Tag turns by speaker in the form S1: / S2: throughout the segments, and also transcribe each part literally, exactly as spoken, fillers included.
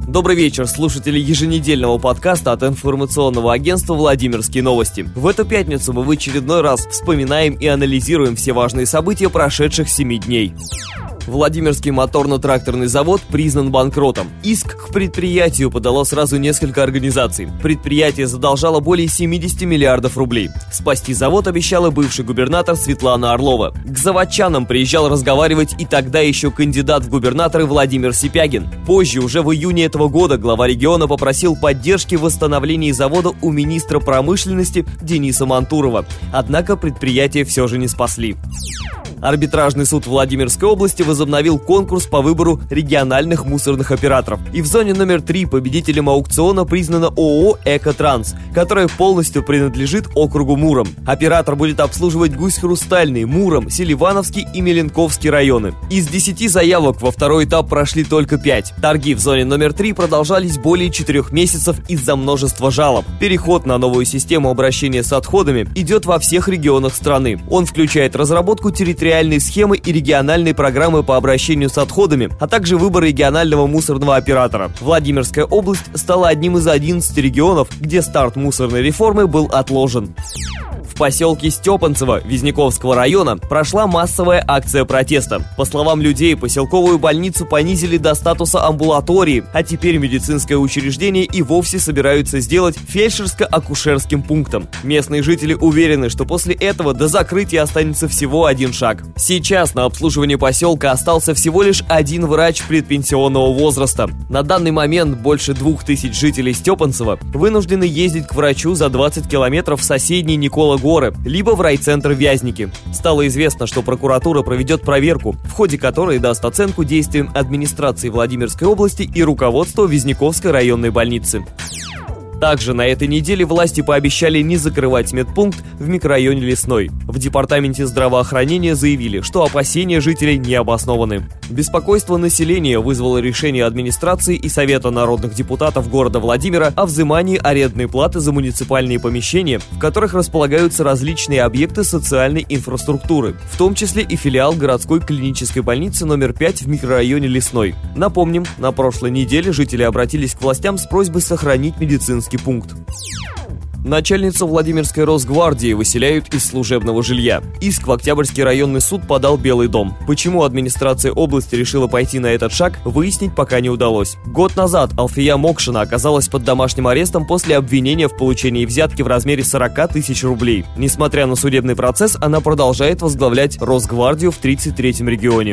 S1: Добрый вечер, слушатели еженедельного подкаста от информационного агентства «Владимирские новости». В эту пятницу мы в очередной раз вспоминаем и анализируем все важные события прошедших семи дней. Владимирский моторно-тракторный завод признан банкротом. Иск к предприятию подало сразу несколько организаций. Предприятие задолжало более семьдесят миллиардов рублей. Спасти завод обещала бывший губернатор Светлана Орлова. К заводчанам приезжал разговаривать и тогда еще кандидат в губернаторы Владимир Сипягин. Позже, уже в июне этого года, глава региона попросил поддержки в восстановлении завода у министра промышленности Дениса Мантурова. Однако предприятие все же не спасли. Арбитражный суд Владимирской области возобновил конкурс по выбору региональных мусорных операторов. И в зоне номер три победителем аукциона признана ООО «Экотранс», которая полностью принадлежит округу Муром. Оператор будет обслуживать Гусь-Хрустальный, Муром, Селивановский и Меленковский районы. Из десяти заявок во второй этап прошли только пять. Торги в зоне номер три продолжались более четырех месяцев из-за множества жалоб. Переход на новую систему обращения с отходами идет во всех регионах страны. Он включает разработку территориальной реальные схемы и региональные программы по обращению с отходами, а также выбор регионального мусорного оператора. Владимирская область стала одним из одиннадцати регионов, где старт мусорной реформы был отложен. В поселке Степанцево Визняковского района прошла массовая акция протеста. По словам людей, поселковую больницу понизили до статуса амбулатории, а теперь медицинское учреждение и вовсе собираются сделать фельдшерско-акушерским пунктом. Местные жители уверены, что после этого до закрытия останется всего один шаг. Сейчас на обслуживание поселка остался всего лишь один врач предпенсионного возраста. На данный момент больше двух тысяч жителей Степанцева вынуждены ездить к врачу за двадцать километров в соседний Никола-Горы, либо в райцентр Вязники. Стало известно, что прокуратура проведет проверку, в ходе которой даст оценку действиям администрации Владимирской области и руководства Визняковской районной больницы. Также на этой неделе власти пообещали не закрывать медпункт в микрорайоне Лесной. В департаменте здравоохранения заявили, что опасения жителей не обоснованы. Беспокойство населения вызвало решение администрации и Совета народных депутатов города Владимира о взимании арендной платы за муниципальные помещения, в которых располагаются различные объекты социальной инфраструктуры, в том числе и филиал городской клинической больницы номер пять в микрорайоне Лесной. Напомним, на прошлой неделе жители обратились к властям с просьбой сохранить медицинский пункт. Начальницу Владимирской Росгвардии выселяют из служебного жилья. Иск в Октябрьский районный суд подал Белый дом. Почему администрация области решила пойти на этот шаг, выяснить пока не удалось. Год назад Алфия Мокшина оказалась под домашним арестом после обвинения в получении взятки в размере сорок тысяч рублей. Несмотря на судебный процесс, она продолжает возглавлять Росгвардию в тридцать третьем регионе.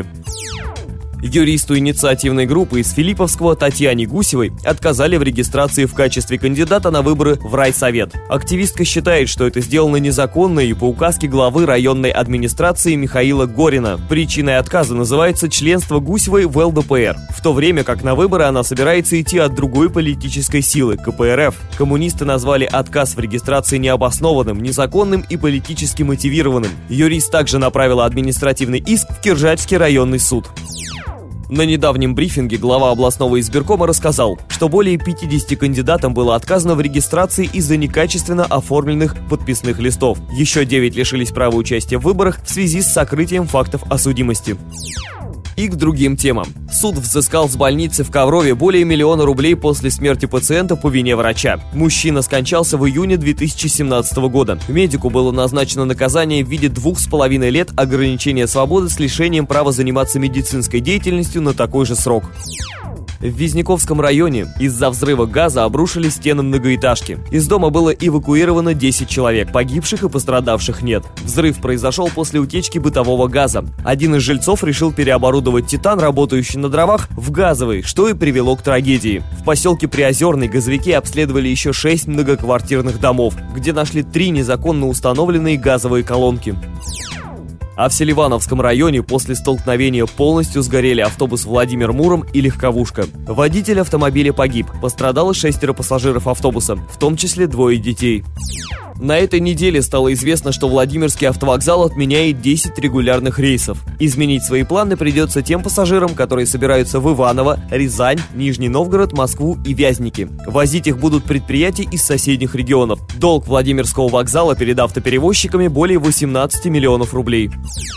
S1: Юристу инициативной группы из Филипповского Татьяне Гусевой отказали в регистрации в качестве кандидата на выборы в райсовет. Активистка считает, что это сделано незаконно и по указке главы районной администрации Михаила Горина. Причиной отказа называется членство Гусевой в эл дэ пэ эр, в то время как на выборы она собирается идти от другой политической силы – ка пэ эр эф. Коммунисты назвали отказ в регистрации необоснованным, незаконным и политически мотивированным. Юрист также направила административный иск в Киржачский районный суд. На недавнем брифинге глава областного избиркома рассказал, что более пятидесяти кандидатам было отказано в регистрации из-за некачественно оформленных подписных листов. Еще девять лишились права участия в выборах в связи с сокрытием фактов о судимости. И к другим темам. Суд взыскал с больницы в Коврове более миллиона рублей после смерти пациента по вине врача. Мужчина скончался в июне две тысячи семнадцатого года. Медику было назначено наказание в виде двух с половиной лет ограничения свободы с лишением права заниматься медицинской деятельностью на такой же срок. В Визняковском районе из-за взрыва газа обрушились стены многоэтажки. Из дома было эвакуировано десять человек, погибших и пострадавших нет. Взрыв произошел после утечки бытового газа. Один из жильцов решил переоборудовать «Титан», работающий на дровах, в газовый, что и привело к трагедии. В поселке Приозерный газовики обследовали еще шесть многоквартирных домов, где нашли три незаконно установленные газовые колонки. А в Селивановском районе после столкновения полностью сгорели автобус Владимир-Муром и легковушка. Водитель автомобиля погиб, пострадало шестеро пассажиров автобуса, в том числе двое детей. На этой неделе стало известно, что Владимирский автовокзал отменяет десять регулярных рейсов. Изменить свои планы придется тем пассажирам, которые собираются в Иваново, Рязань, Нижний Новгород, Москву и Вязники. Возить их будут предприятия из соседних регионов. Долг Владимирского вокзала перед автоперевозчиками более восемнадцати миллионов рублей.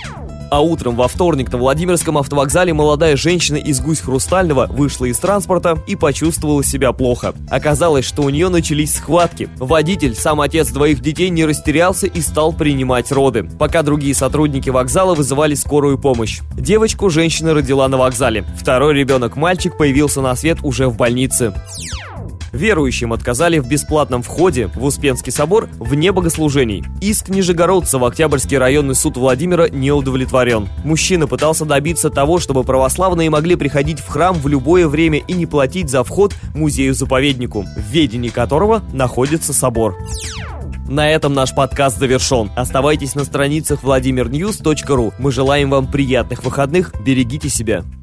S1: А утром во вторник на Владимирском автовокзале молодая женщина из Гусь-Хрустального вышла из транспорта и почувствовала себя плохо. Оказалось, что у нее начались схватки. Водитель, сам отец двоих детей, не растерялся и стал принимать роды, пока другие сотрудники вокзала вызывали скорую помощь. Девочку женщина родила на вокзале. Второй ребенок, мальчик, появился на свет уже в больнице. Верующим отказали в бесплатном входе в Успенский собор вне богослужений. Иск нижегородца в Октябрьский районный суд Владимира не удовлетворен. Мужчина пытался добиться того, чтобы православные могли приходить в храм в любое время и не платить за вход музею-заповеднику, в ведении которого находится собор. На этом наш подкаст завершен. Оставайтесь на страницах владимир ньюс точка ру. Мы желаем вам приятных выходных. Берегите себя.